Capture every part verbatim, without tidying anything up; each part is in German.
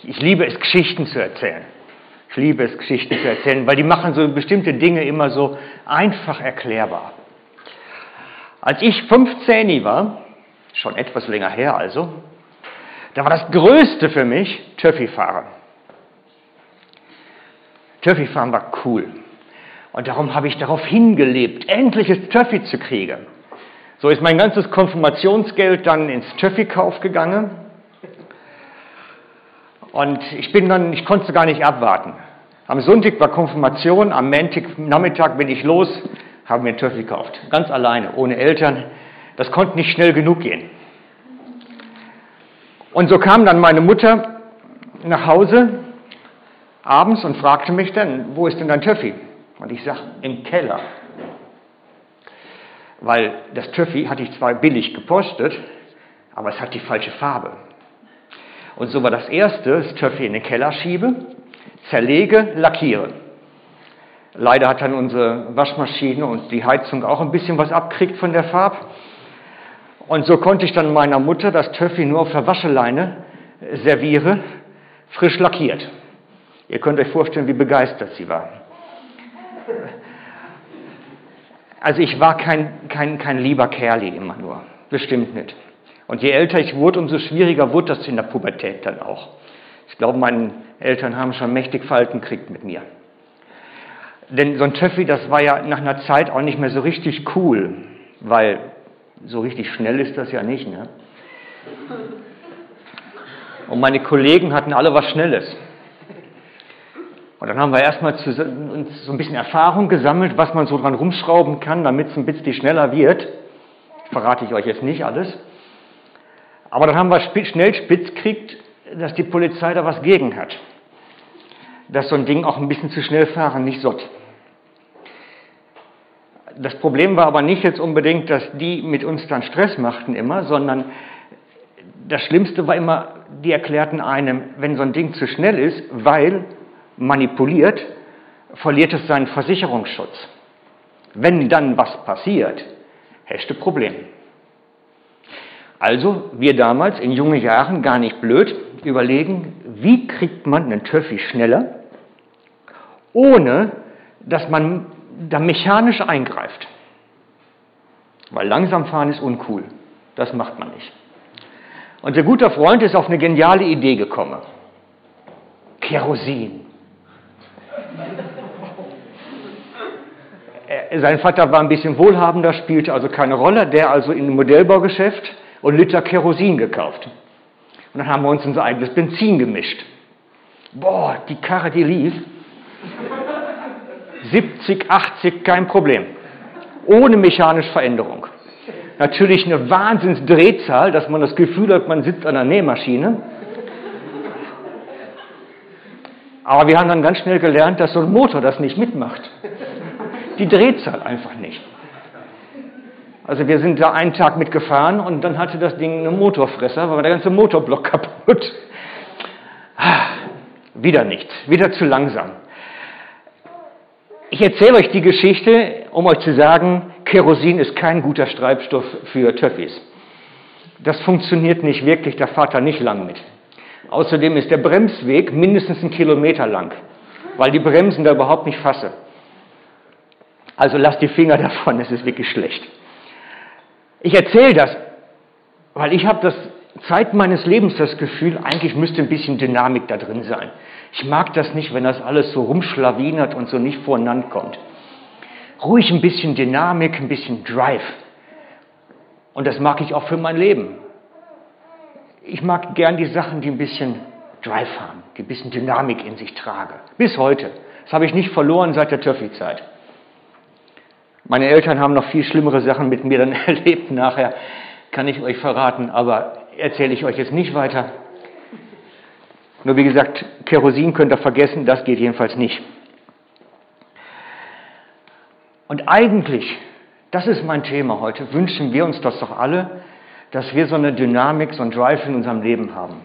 Ich liebe es, Geschichten zu erzählen. Ich liebe es, Geschichten zu erzählen, weil die machen so bestimmte Dinge immer so einfach erklärbar. Als ich fünfzehn war, schon etwas länger her also, da war das Größte für mich Töffi fahren. Töffi fahren war cool. Und darum habe ich darauf hingelebt, endlich das Töffi zu kriegen. So ist mein ganzes Konfirmationsgeld dann ins Töffi-Kauf gegangen. Und ich bin dann, ich konnte gar nicht abwarten. Am Sonntag war Konfirmation, am Montag Nachmittag bin ich los, habe mir einen Töffi gekauft. Ganz alleine, ohne Eltern. Das konnte nicht schnell genug gehen. Und so kam dann meine Mutter nach Hause abends und fragte mich dann, wo ist denn dein Töffi? Und ich sage, im Keller. Weil das Töffi hatte ich zwar billig gepostet, aber es hat die falsche Farbe. Und so war das Erste, das Töffi in den Keller schiebe, zerlege, lackiere. Leider hat dann unsere Waschmaschine und die Heizung auch ein bisschen was abkriegt von der Farbe. Und so konnte ich dann meiner Mutter das Töffi nur auf der Wascheleine serviere, frisch lackiert. Ihr könnt euch vorstellen, wie begeistert sie war. Also ich war kein, kein, kein lieber Kerli immer nur, bestimmt nicht. Und je älter ich wurde, umso schwieriger wurde das in der Pubertät dann auch. Ich glaube, meine Eltern haben schon mächtig Falten gekriegt mit mir. Denn so ein Töffi, das war ja nach einer Zeit auch nicht mehr so richtig cool, weil so richtig schnell ist das ja nicht. Ne? Und meine Kollegen hatten alle was Schnelles. Und dann haben wir erstmal uns so ein bisschen Erfahrung gesammelt, was man so dran rumschrauben kann, damit es ein bisschen schneller wird. Verrate ich euch jetzt nicht alles. Aber dann haben wir schnell spitz gekriegt, dass die Polizei da was gegen hat. Dass so ein Ding auch ein bisschen zu schnell fahren nicht sollte. Das Problem war aber nicht jetzt unbedingt, dass die mit uns dann Stress machten immer, sondern das Schlimmste war immer, die erklärten einem, wenn so ein Ding zu schnell ist, weil manipuliert, verliert es seinen Versicherungsschutz. Wenn dann was passiert, hast du Problem. Also, wir damals in jungen Jahren, gar nicht blöd, überlegen, wie kriegt man einen Töffi schneller, ohne dass man da mechanisch eingreift. Weil langsam fahren ist uncool. Das macht man nicht. Unser guter Freund ist auf eine geniale Idee gekommen. Kerosin. Sein Vater war ein bisschen wohlhabender, spielte also keine Rolle, der also in einem Modellbaugeschäft und Liter Kerosin gekauft. Und dann haben wir uns unser eigenes Benzin gemischt. Boah, die Karre, die lief. siebzig, achtzig, kein Problem. Ohne mechanische Veränderung. Natürlich eine Wahnsinnsdrehzahl, dass man das Gefühl hat, man sitzt an einer Nähmaschine. Aber wir haben dann ganz schnell gelernt, dass so ein Motor das nicht mitmacht. Die Drehzahl einfach nicht. Also wir sind da einen Tag mitgefahren und dann hatte das Ding einen Motorfresser, war der ganze Motorblock kaputt. Ah, wieder nichts, wieder zu langsam. Ich erzähle euch die Geschichte, um euch zu sagen, Kerosin ist kein guter Treibstoff für Töffis. Das funktioniert nicht wirklich, da fahrt er nicht lang mit. Außerdem ist der Bremsweg mindestens einen Kilometer lang, weil die Bremsen da überhaupt nicht fassen. Also lasst die Finger davon, es ist wirklich schlecht. Ich erzähle das, weil ich habe das Zeit meines Lebens das Gefühl, eigentlich müsste ein bisschen Dynamik da drin sein. Ich mag das nicht, wenn das alles so rumschlawinert und so nicht voreinander kommt. Ruhig ein bisschen Dynamik, ein bisschen Drive. Und das mag ich auch für mein Leben. Ich mag gern die Sachen, die ein bisschen Drive haben, die ein bisschen Dynamik in sich tragen. Bis heute. Das habe ich nicht verloren seit der Töffi-Zeit. Meine Eltern haben noch viel schlimmere Sachen mit mir dann erlebt nachher, kann ich euch verraten, aber erzähle ich euch jetzt nicht weiter. Nur wie gesagt, Kerosin könnt ihr vergessen, das geht jedenfalls nicht. Und eigentlich, das ist mein Thema heute, wünschen wir uns das doch alle, dass wir so eine Dynamik, so ein Drive in unserem Leben haben.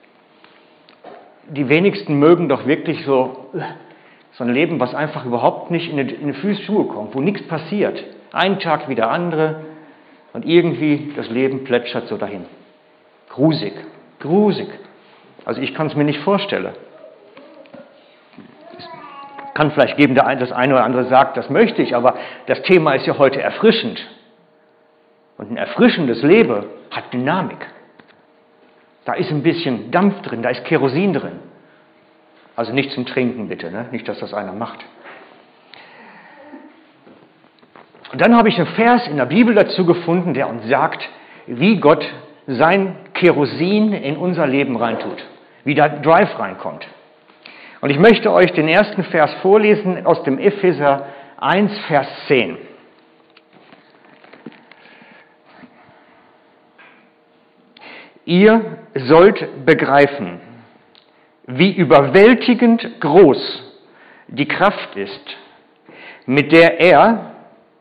Die wenigsten mögen doch wirklich so, so ein Leben, was einfach überhaupt nicht in die, in die Fußschuhe kommt, wo nichts passiert. Ein Tag wie der andere und irgendwie das Leben plätschert so dahin. Grusig, grusig. Also ich kann es mir nicht vorstellen. Es kann vielleicht geben, der das eine oder andere sagt, das möchte ich, aber das Thema ist ja heute erfrischend. Und ein erfrischendes Leben hat Dynamik. Da ist ein bisschen Dampf drin, da ist Kerosin drin. Also nicht zum Trinken bitte, ne? Nicht, dass das einer macht. Und dann habe ich einen Vers in der Bibel dazu gefunden, der uns sagt, wie Gott sein Kerosin in unser Leben reintut, wie da Drive reinkommt. Und ich möchte euch den ersten Vers vorlesen aus dem Epheser eins, Vers zehn. Ihr sollt begreifen, wie überwältigend groß die Kraft ist, mit der er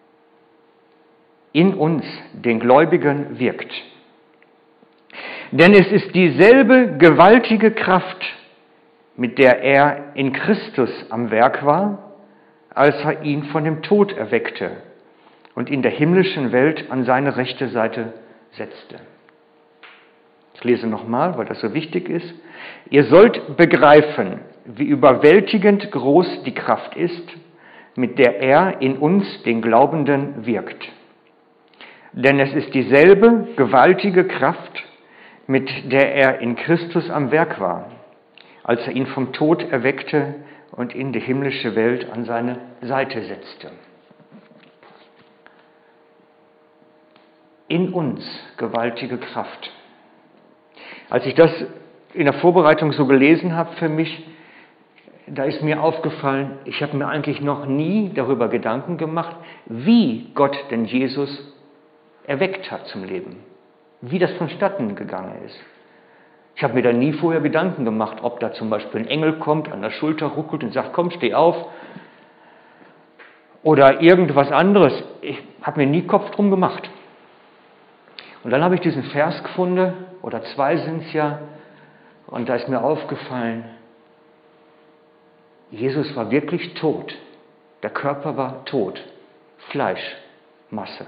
in uns, den Gläubigen, wirkt. Denn es ist dieselbe gewaltige Kraft, mit der er in Christus am Werk war, als er ihn von dem Tod erweckte und in der himmlischen Welt an seine rechte Seite setzte. Ich lese nochmal, weil das so wichtig ist. Ihr sollt begreifen, wie überwältigend groß die Kraft ist, mit der er in uns, den Glaubenden, wirkt. Denn es ist dieselbe gewaltige Kraft, mit der er in Christus am Werk war, als er ihn vom Tod erweckte und in die himmlische Welt an seine Seite setzte. In uns gewaltige Kraft. Als ich das in der Vorbereitung so gelesen habe für mich, da ist mir aufgefallen, ich habe mir eigentlich noch nie darüber Gedanken gemacht, wie Gott denn Jesus erweckt hat zum Leben, wie das vonstatten gegangen ist. Ich habe mir da nie vorher Gedanken gemacht, ob da zum Beispiel ein Engel kommt, an der Schulter ruckelt und sagt, komm, steh auf, oder irgendwas anderes. Ich habe mir nie Kopf drum gemacht. Und dann habe ich diesen Vers gefunden, oder zwei sind es ja, und da ist mir aufgefallen, Jesus war wirklich tot. Der Körper war tot. Fleisch, Masse.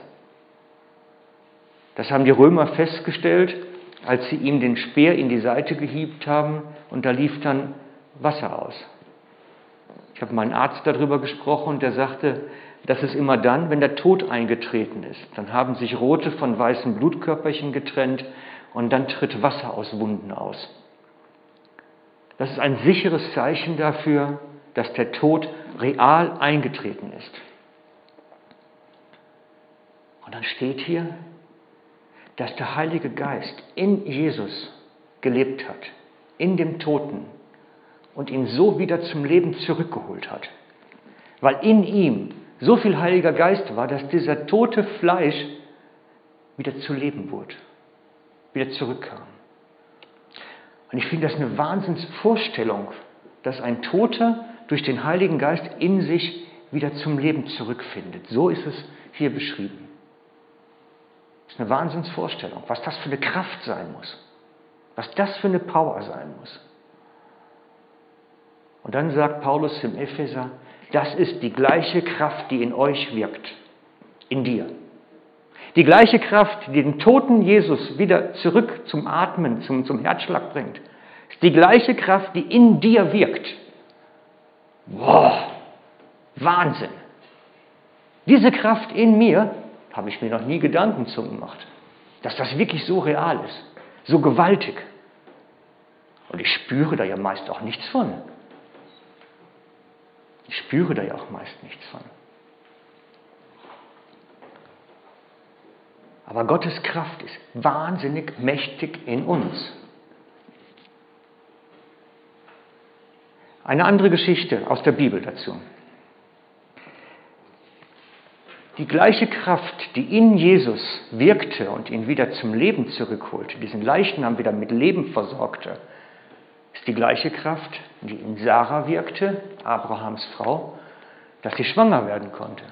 Das haben die Römer festgestellt, als sie ihm den Speer in die Seite gehievt haben und da lief dann Wasser aus. Ich habe mit einem Arzt darüber gesprochen und der sagte, das ist immer dann, wenn der Tod eingetreten ist. Dann haben sich rote von weißen Blutkörperchen getrennt und dann tritt Wasser aus Wunden aus. Das ist ein sicheres Zeichen dafür, dass der Tod real eingetreten ist. Und dann steht hier, dass der Heilige Geist in Jesus gelebt hat, in dem Toten, und ihn so wieder zum Leben zurückgeholt hat. Weil in ihm so viel Heiliger Geist war, dass dieser tote Fleisch wieder zu Leben wurde, wieder zurückkam. Und ich finde das eine Wahnsinnsvorstellung, dass ein Toter durch den Heiligen Geist in sich wieder zum Leben zurückfindet. So ist es hier beschrieben. Das ist eine Wahnsinnsvorstellung, was das für eine Kraft sein muss, was das für eine Power sein muss. Und dann sagt Paulus im Epheser, das ist die gleiche Kraft, die in euch wirkt, in dir. Die gleiche Kraft, die den toten Jesus wieder zurück zum Atmen, zum, zum Herzschlag bringt, ist die gleiche Kraft, die in dir wirkt. Wow, Wahnsinn. Diese Kraft in mir, habe ich mir noch nie Gedanken zu gemacht, dass das wirklich so real ist, so gewaltig. Und ich spüre da ja meist auch nichts von. Ich spüre da ja auch meist nichts von. Aber Gottes Kraft ist wahnsinnig mächtig in uns. Eine andere Geschichte aus der Bibel dazu. Die gleiche Kraft, die in Jesus wirkte und ihn wieder zum Leben zurückholte, diesen Leichnam wieder mit Leben versorgte, ist die gleiche Kraft, die in Sarah wirkte, Abrahams Frau, dass sie schwanger werden konnte.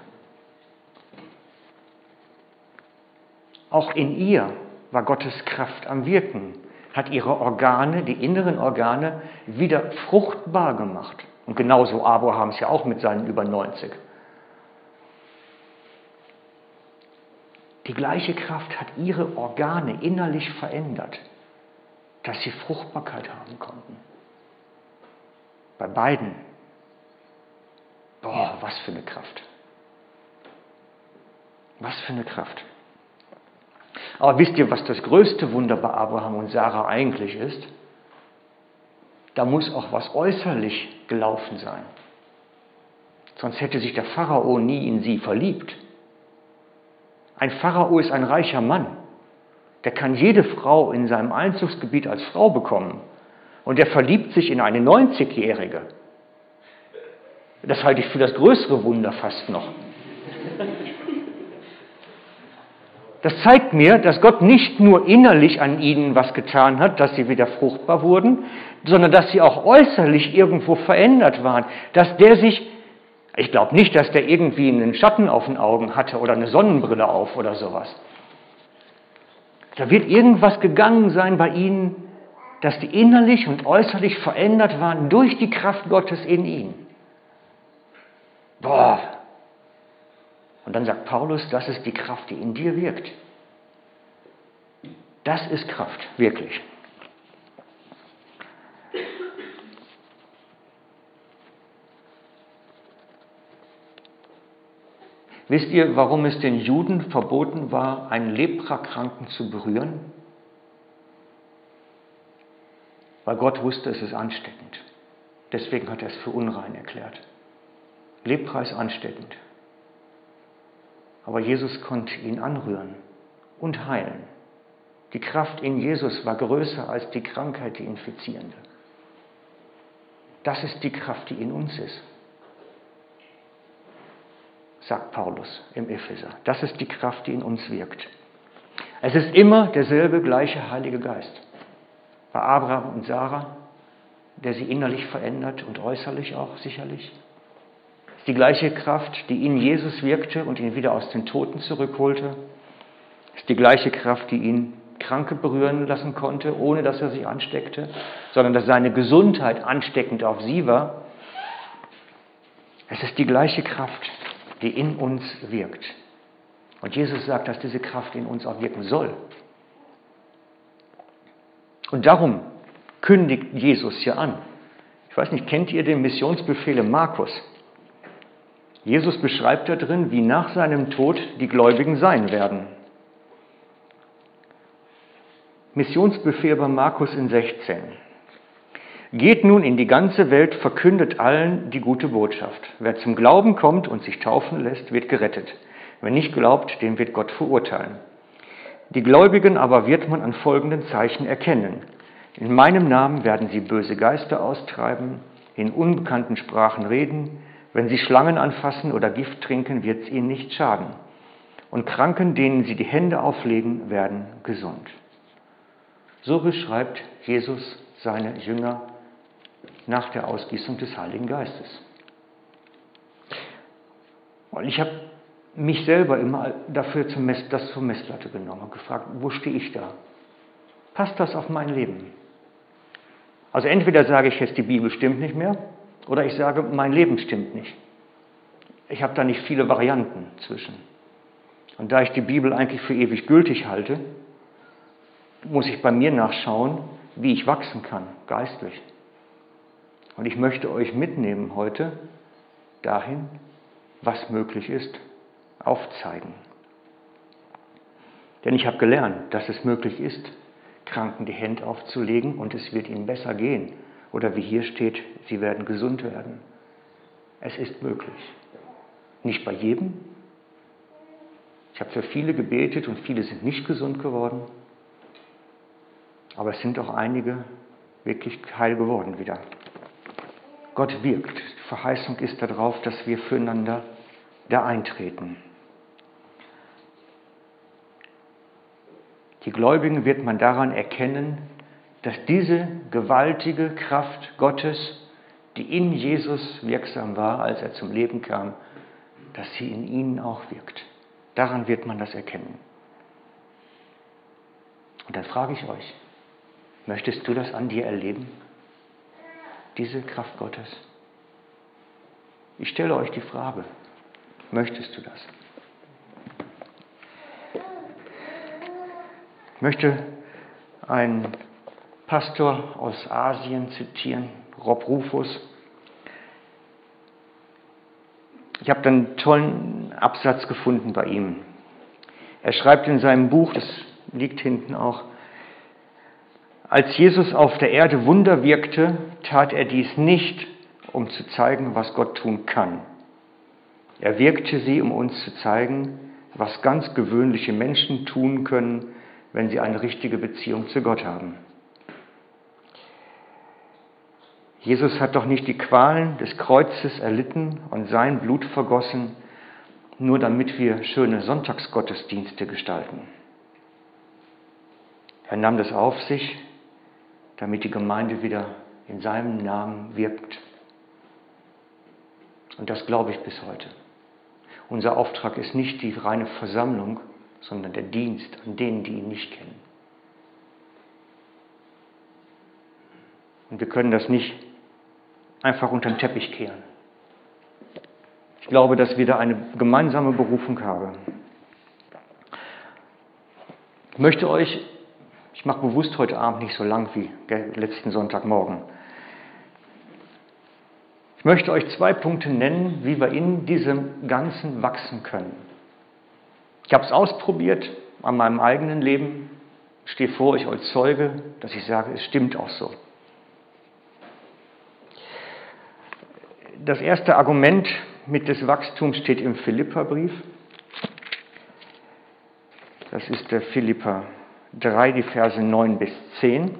Auch in ihr war Gottes Kraft am Wirken, hat ihre Organe, die inneren Organe, wieder fruchtbar gemacht. Und genauso Abrahams ja auch mit seinen über neunzig. Die gleiche Kraft hat ihre Organe innerlich verändert. dass sie Fruchtbarkeit haben konnten. Bei beiden. Boah, was für eine Kraft. Was für eine Kraft. Aber wisst ihr, was das größte Wunder bei Abraham und Sarah eigentlich ist? Da muss auch was äußerlich gelaufen sein. Sonst hätte sich der Pharao nie in sie verliebt. Ein Pharao ist ein reicher Mann. Der kann jede Frau in seinem Einzugsgebiet als Frau bekommen. Und der verliebt sich in eine neunzigjährige. Das halte ich für das größere Wunder fast noch. Das zeigt mir, dass Gott nicht nur innerlich an ihnen was getan hat, dass sie wieder fruchtbar wurden, sondern dass sie auch äußerlich irgendwo verändert waren. Dass der sich, ich glaube nicht, dass der irgendwie einen Schatten auf den Augen hatte oder eine Sonnenbrille auf oder sowas. Da wird irgendwas gegangen sein bei ihnen, dass die innerlich und äußerlich verändert waren durch die Kraft Gottes in ihnen. Boah! Und dann sagt Paulus, das ist die Kraft, die in dir wirkt. Das ist Kraft, wirklich. Wisst ihr, warum es den Juden verboten war, einen Leprakranken zu berühren? Weil Gott wusste, es ist ansteckend. Deswegen hat er es für unrein erklärt. Lepra ist ansteckend. Aber Jesus konnte ihn anrühren und heilen. Die Kraft in Jesus war größer als die Krankheit, die infizierende. Das ist die Kraft, die in uns ist, sagt Paulus im Epheser. Das ist die Kraft, die in uns wirkt. Es ist immer derselbe gleiche Heilige Geist. Bei Abraham und Sarah, der sie innerlich verändert und äußerlich auch sicherlich. Es ist die gleiche Kraft, die in Jesus wirkte und ihn wieder aus den Toten zurückholte. Es ist die gleiche Kraft, die ihn Kranke berühren lassen konnte, ohne dass er sich ansteckte, sondern dass seine Gesundheit ansteckend auf sie war. Es ist die gleiche Kraft, die in uns wirkt. Und Jesus sagt, dass diese Kraft in uns auch wirken soll. Und darum kündigt Jesus ja an. Ich weiß nicht, kennt ihr den Missionsbefehl im Markus? Jesus beschreibt da drin, wie nach seinem Tod die Gläubigen sein werden. Missionsbefehl bei Markus in sechzehn. Geht nun in die ganze Welt, verkündet allen die gute Botschaft. Wer zum Glauben kommt und sich taufen lässt, wird gerettet. Wer nicht glaubt, den wird Gott verurteilen. Die Gläubigen aber wird man an folgenden Zeichen erkennen. In meinem Namen werden sie böse Geister austreiben, in unbekannten Sprachen reden. Wenn sie Schlangen anfassen oder Gift trinken, wird es ihnen nicht schaden. Und Kranken, denen sie die Hände auflegen, werden gesund. So beschreibt Jesus seine Jünger nach der Ausgießung des Heiligen Geistes. Und ich habe mich selber immer dafür zum Mess, das zur Messlatte genommen und gefragt, wo stehe ich da? Passt das auf mein Leben? Also entweder sage ich jetzt, die Bibel stimmt nicht mehr, oder ich sage, mein Leben stimmt nicht. Ich habe da nicht viele Varianten zwischen. Und da ich die Bibel eigentlich für ewig gültig halte, muss ich bei mir nachschauen, wie ich wachsen kann, geistlich. Und ich möchte euch mitnehmen heute dahin, was möglich ist, aufzeigen. Denn ich habe gelernt, dass es möglich ist, Kranken die Hände aufzulegen und es wird ihnen besser gehen. Oder wie hier steht, sie werden gesund werden. Es ist möglich. Nicht bei jedem. Ich habe für viele gebetet und viele sind nicht gesund geworden. Aber es sind auch einige wirklich heil geworden wieder. Gott wirkt. Die Verheißung ist darauf, dass wir füreinander da eintreten. Die Gläubigen wird man daran erkennen, dass diese gewaltige Kraft Gottes, die in Jesus wirksam war, als er zum Leben kam, dass sie in ihnen auch wirkt. Daran wird man das erkennen. Und dann frage ich euch, möchtest du das an dir erleben? Diese Kraft Gottes? Ich stelle euch die Frage, möchtest du das? Ich möchte ein Pastor aus Asien zitieren, Rob Rufus. Ich habe dann einen tollen Absatz gefunden bei ihm. Er schreibt in seinem Buch, das liegt hinten auch: Als Jesus auf der Erde Wunder wirkte, tat er dies nicht, um zu zeigen, was Gott tun kann. Er wirkte sie, um uns zu zeigen, was ganz gewöhnliche Menschen tun können, wenn sie eine richtige Beziehung zu Gott haben. Jesus hat doch nicht die Qualen des Kreuzes erlitten und sein Blut vergossen, nur damit wir schöne Sonntagsgottesdienste gestalten. Er nahm das auf sich, damit die Gemeinde wieder in seinem Namen wirkt. Und das glaube ich bis heute. Unser Auftrag ist nicht die reine Versammlung, sondern der Dienst an denen, die ihn nicht kennen. Und wir können das nicht einfach unter den Teppich kehren. Ich glaube, dass wir da eine gemeinsame Berufung haben. Ich möchte euch, ich mache bewusst heute Abend nicht so lang wie letzten Sonntagmorgen. Ich möchte euch zwei Punkte nennen, wie wir in diesem Ganzen wachsen können. Ich habe es ausprobiert an meinem eigenen Leben. Ich stehe vor euch als Zeuge, dass ich sage, es stimmt auch so. Das erste Argument mit des Wachstums steht im Philipperbrief. Das ist der Philipper drei, die Verse neun bis zehn.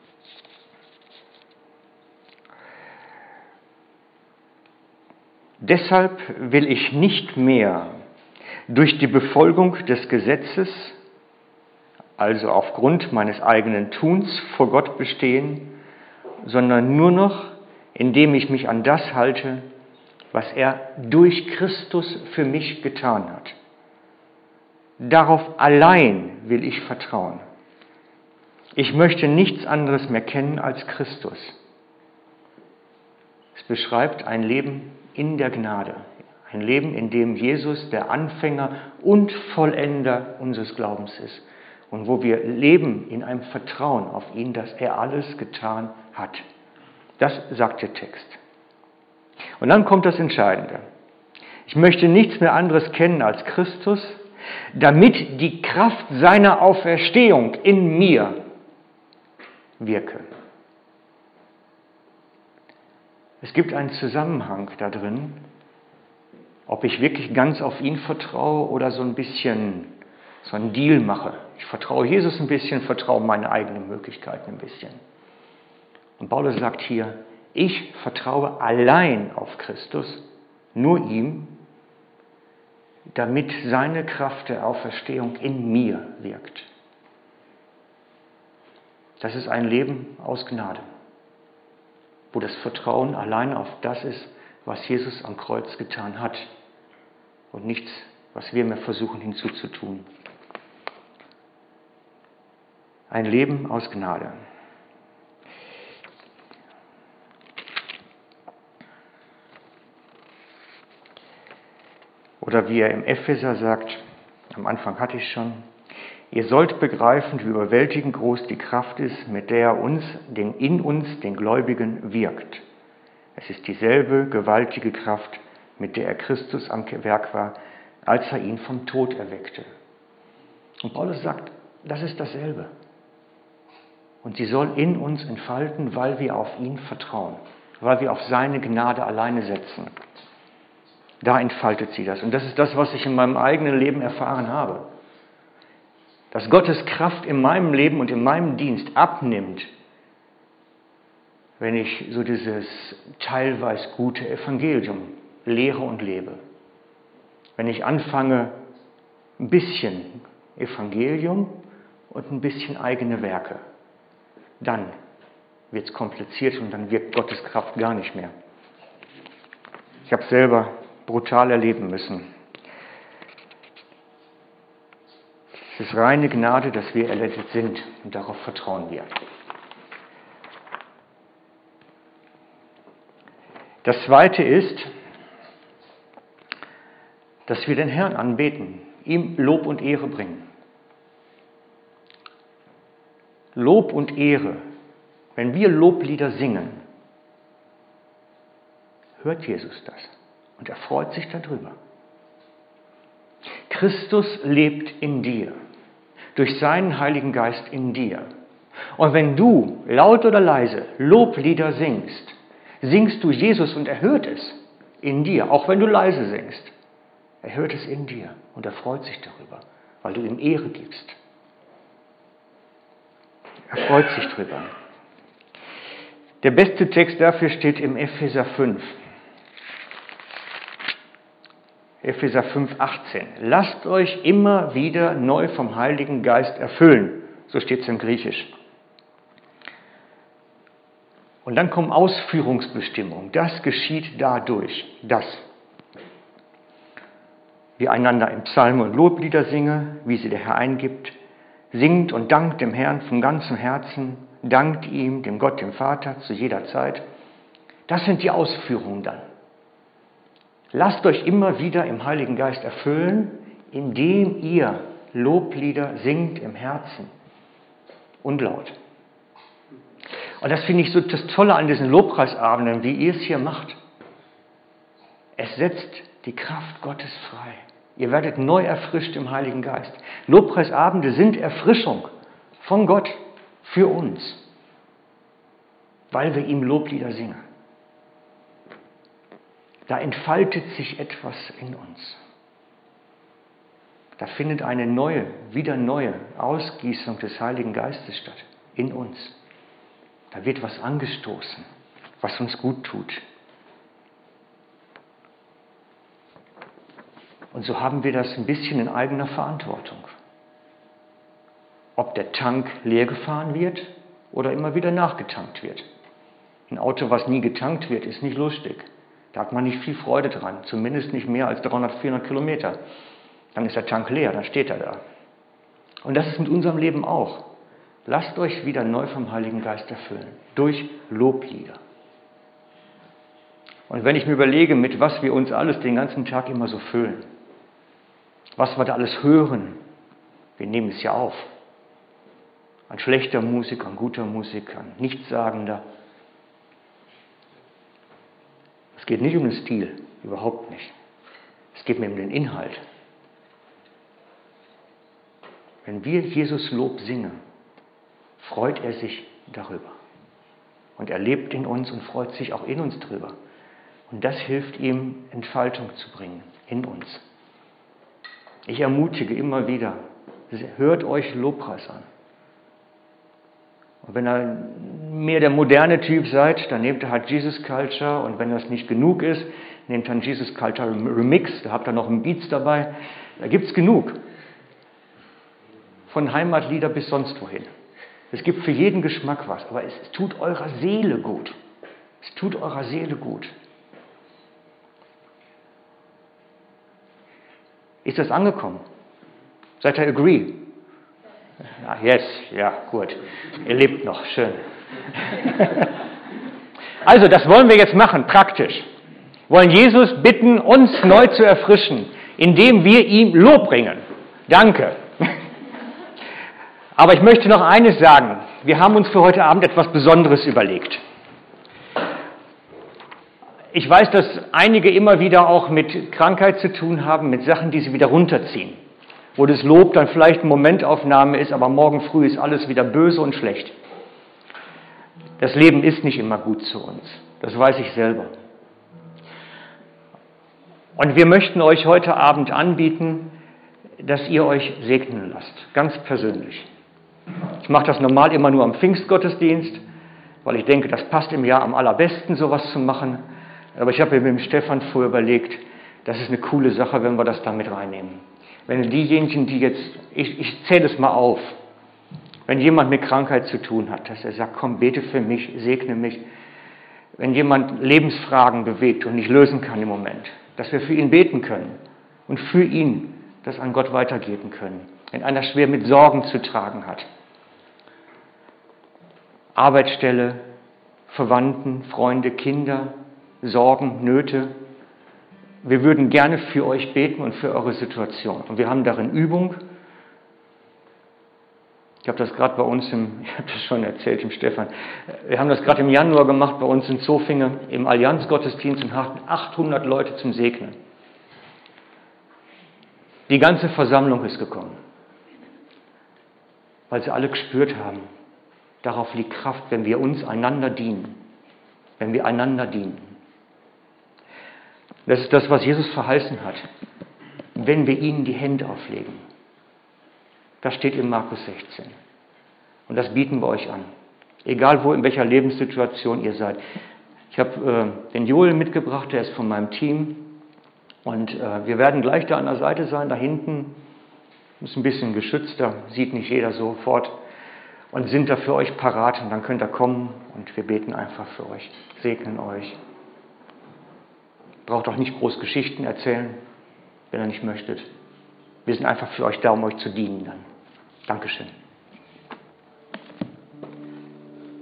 Deshalb will ich nicht mehr durch die Befolgung des Gesetzes, also aufgrund meines eigenen Tuns vor Gott bestehen, sondern nur noch, indem ich mich an das halte, was er durch Christus für mich getan hat. Darauf allein will ich vertrauen. Ich möchte nichts anderes mehr kennen als Christus. Es beschreibt ein Leben in der Gnade, ein Leben, in dem Jesus der Anfänger und Vollender unseres Glaubens ist und wo wir leben in einem Vertrauen auf ihn, dass er alles getan hat. Das sagt der Text. Und dann kommt das Entscheidende. Ich möchte nichts mehr anderes kennen als Christus, damit die Kraft seiner Auferstehung in mir wirke. Es gibt einen Zusammenhang da drin, ob ich wirklich ganz auf ihn vertraue oder so ein bisschen so einen Deal mache. Ich vertraue Jesus ein bisschen, vertraue meine eigenen Möglichkeiten ein bisschen. Und Paulus sagt hier, ich vertraue allein auf Christus, nur ihm, damit seine Kraft der Auferstehung in mir wirkt. Das ist ein Leben aus Gnade, wo das Vertrauen allein auf das ist, was Jesus am Kreuz getan hat und nichts, was wir mehr versuchen hinzuzutun. Ein Leben aus Gnade. Oder wie er im Epheser sagt, am Anfang hatte ich schon, ihr sollt begreifen, wie überwältigend groß die Kraft ist, mit der er uns, den, in uns, den Gläubigen, wirkt. Es ist dieselbe gewaltige Kraft, mit der er Christus am Werk war, als er ihn vom Tod erweckte. Und Paulus sagt, das ist dasselbe. Und sie soll in uns entfalten, weil wir auf ihn vertrauen, weil wir auf seine Gnade alleine setzen. Da entfaltet sie das. Und das ist das, was ich in meinem eigenen Leben erfahren habe. Dass Gottes Kraft in meinem Leben und in meinem Dienst abnimmt, wenn ich so dieses teilweise gute Evangelium lehre und lebe. Wenn ich anfange, ein bisschen Evangelium und ein bisschen eigene Werke, dann wird es kompliziert und dann wirkt Gottes Kraft gar nicht mehr. Ich habe es selber brutal erleben müssen. Es ist reine Gnade, dass wir errettet sind und darauf vertrauen wir. Das Zweite ist, dass wir den Herrn anbeten, ihm Lob und Ehre bringen. Lob und Ehre Wenn wir Loblieder singen, hört Jesus das und er freut sich darüber. Christus lebt in dir, durch seinen Heiligen Geist in dir. Und wenn du laut oder leise Loblieder singst, singst du Jesus und er hört es in dir, auch wenn du leise singst. Er hört es in dir und er freut sich darüber, weil du ihm Ehre gibst. Er freut sich darüber. Der beste Text dafür steht im Epheser fünf. Epheser fünf, achtzehn. Lasst euch immer wieder neu vom Heiligen Geist erfüllen. So steht es im Griechisch. Und dann kommen Ausführungsbestimmungen. Das geschieht dadurch, dass wir einander in Psalmen und Loblieder singen, wie sie der Herr eingibt. Singt und dankt dem Herrn von ganzem Herzen. Dankt ihm, dem Gott, dem Vater, zu jeder Zeit. Das sind die Ausführungen dann. Lasst euch immer wieder im Heiligen Geist erfüllen, indem ihr Loblieder singt im Herzen und laut. Und das finde ich so das Tolle an diesen Lobpreisabenden, wie ihr es hier macht. Es setzt die Kraft Gottes frei. Ihr werdet neu erfrischt im Heiligen Geist. Lobpreisabende sind Erfrischung von Gott für uns, weil wir ihm Loblieder singen. Da entfaltet sich etwas in uns. Da findet eine neue, wieder neue Ausgießung des Heiligen Geistes statt, in uns. Da wird was angestoßen, was uns gut tut. Und so haben wir das ein bisschen in eigener Verantwortung. Ob der Tank leer gefahren wird oder immer wieder nachgetankt wird. Ein Auto, was nie getankt wird, ist nicht lustig. Da hat man nicht viel Freude dran, zumindest nicht mehr als dreihundert, vierhundert Kilometer. Dann ist der Tank leer, dann steht er da. Und das ist mit unserem Leben auch. Lasst euch wieder neu vom Heiligen Geist erfüllen, durch Loblieder. Und wenn ich mir überlege, mit was wir uns alles den ganzen Tag immer so füllen, was wir da alles hören, wir nehmen es ja auf. An schlechter Musik, an guter Musik, an nichtssagender. Es geht nicht um den Stil, überhaupt nicht. Es geht mir um den Inhalt. Wenn wir Jesus Lob singen, freut er sich darüber. Und er lebt in uns und freut sich auch in uns drüber. Und das hilft ihm, Entfaltung zu bringen in uns. Ich ermutige immer wieder, hört euch Lobpreis an. Und wenn ihr mehr der moderne Typ seid, dann nehmt ihr halt Jesus Culture und wenn das nicht genug ist, nehmt dann Jesus Culture Remix, da habt ihr noch einen Beats dabei. Da gibt es genug. Von Heimatlieder bis sonst wohin. Es gibt für jeden Geschmack was, aber es tut eurer Seele gut. Es tut eurer Seele gut. Ist das angekommen? Seid ihr agree? Ah, yes, ja, gut. Ihr lebt noch, schön. Also, das wollen wir jetzt machen, praktisch. Wir wollen Jesus bitten, uns neu zu erfrischen, indem wir ihm Lob bringen. Danke. Aber ich möchte noch eines sagen. Wir haben uns für heute Abend etwas Besonderes überlegt. Ich weiß, dass einige immer wieder auch mit Krankheit zu tun haben, mit Sachen, die sie wieder runterziehen. Wo das Lob dann vielleicht eine Momentaufnahme ist, aber morgen früh ist alles wieder böse und schlecht. Das Leben ist nicht immer gut zu uns. Das weiß ich selber. Und wir möchten euch heute Abend anbieten, dass ihr euch segnen lasst, ganz persönlich. Ich mache das normal immer nur am Pfingstgottesdienst, weil ich denke, das passt im Jahr am allerbesten, sowas zu machen. Aber ich habe mir mit dem Stefan vorher überlegt, das ist eine coole Sache, wenn wir das da mit reinnehmen. Wenn diejenigen, die jetzt, ich, ich zähle es mal auf, wenn jemand mit Krankheit zu tun hat, dass er sagt, komm, bete für mich, segne mich. Wenn jemand Lebensfragen bewegt und nicht lösen kann im Moment, dass wir für ihn beten können und für ihn das an Gott weitergeben können. Wenn einer schwer mit Sorgen zu tragen hat. Arbeitsstelle, Verwandten, Freunde, Kinder, Sorgen, Nöte. Wir würden gerne für euch beten und für eure Situation. Und wir haben darin Übung. Ich habe das gerade bei uns, im, ich habe das schon erzählt dem Stefan, wir haben das gerade im Januar gemacht bei uns in Zofingen, im Allianzgottesdienst und hatten achthundert Leute zum Segnen. Die ganze Versammlung ist gekommen, weil sie alle gespürt haben, darauf liegt Kraft, wenn wir uns einander dienen, wenn wir einander dienen. Das ist das, was Jesus verheißen hat, wenn wir ihnen die Hände auflegen. Das steht in Markus sechzehn. Und das bieten wir euch an. Egal wo, in welcher Lebenssituation ihr seid. Ich habe äh, den Joel mitgebracht, der ist von meinem Team. Und äh, wir werden gleich da an der Seite sein, da hinten. Ist ein bisschen geschützter, sieht nicht jeder sofort. Und sind da für euch parat. Und dann könnt ihr kommen und wir beten einfach für euch. Segnen euch. Braucht auch nicht groß Geschichten erzählen, wenn ihr nicht möchtet. Wir sind einfach für euch da, um euch zu dienen dann. Dankeschön.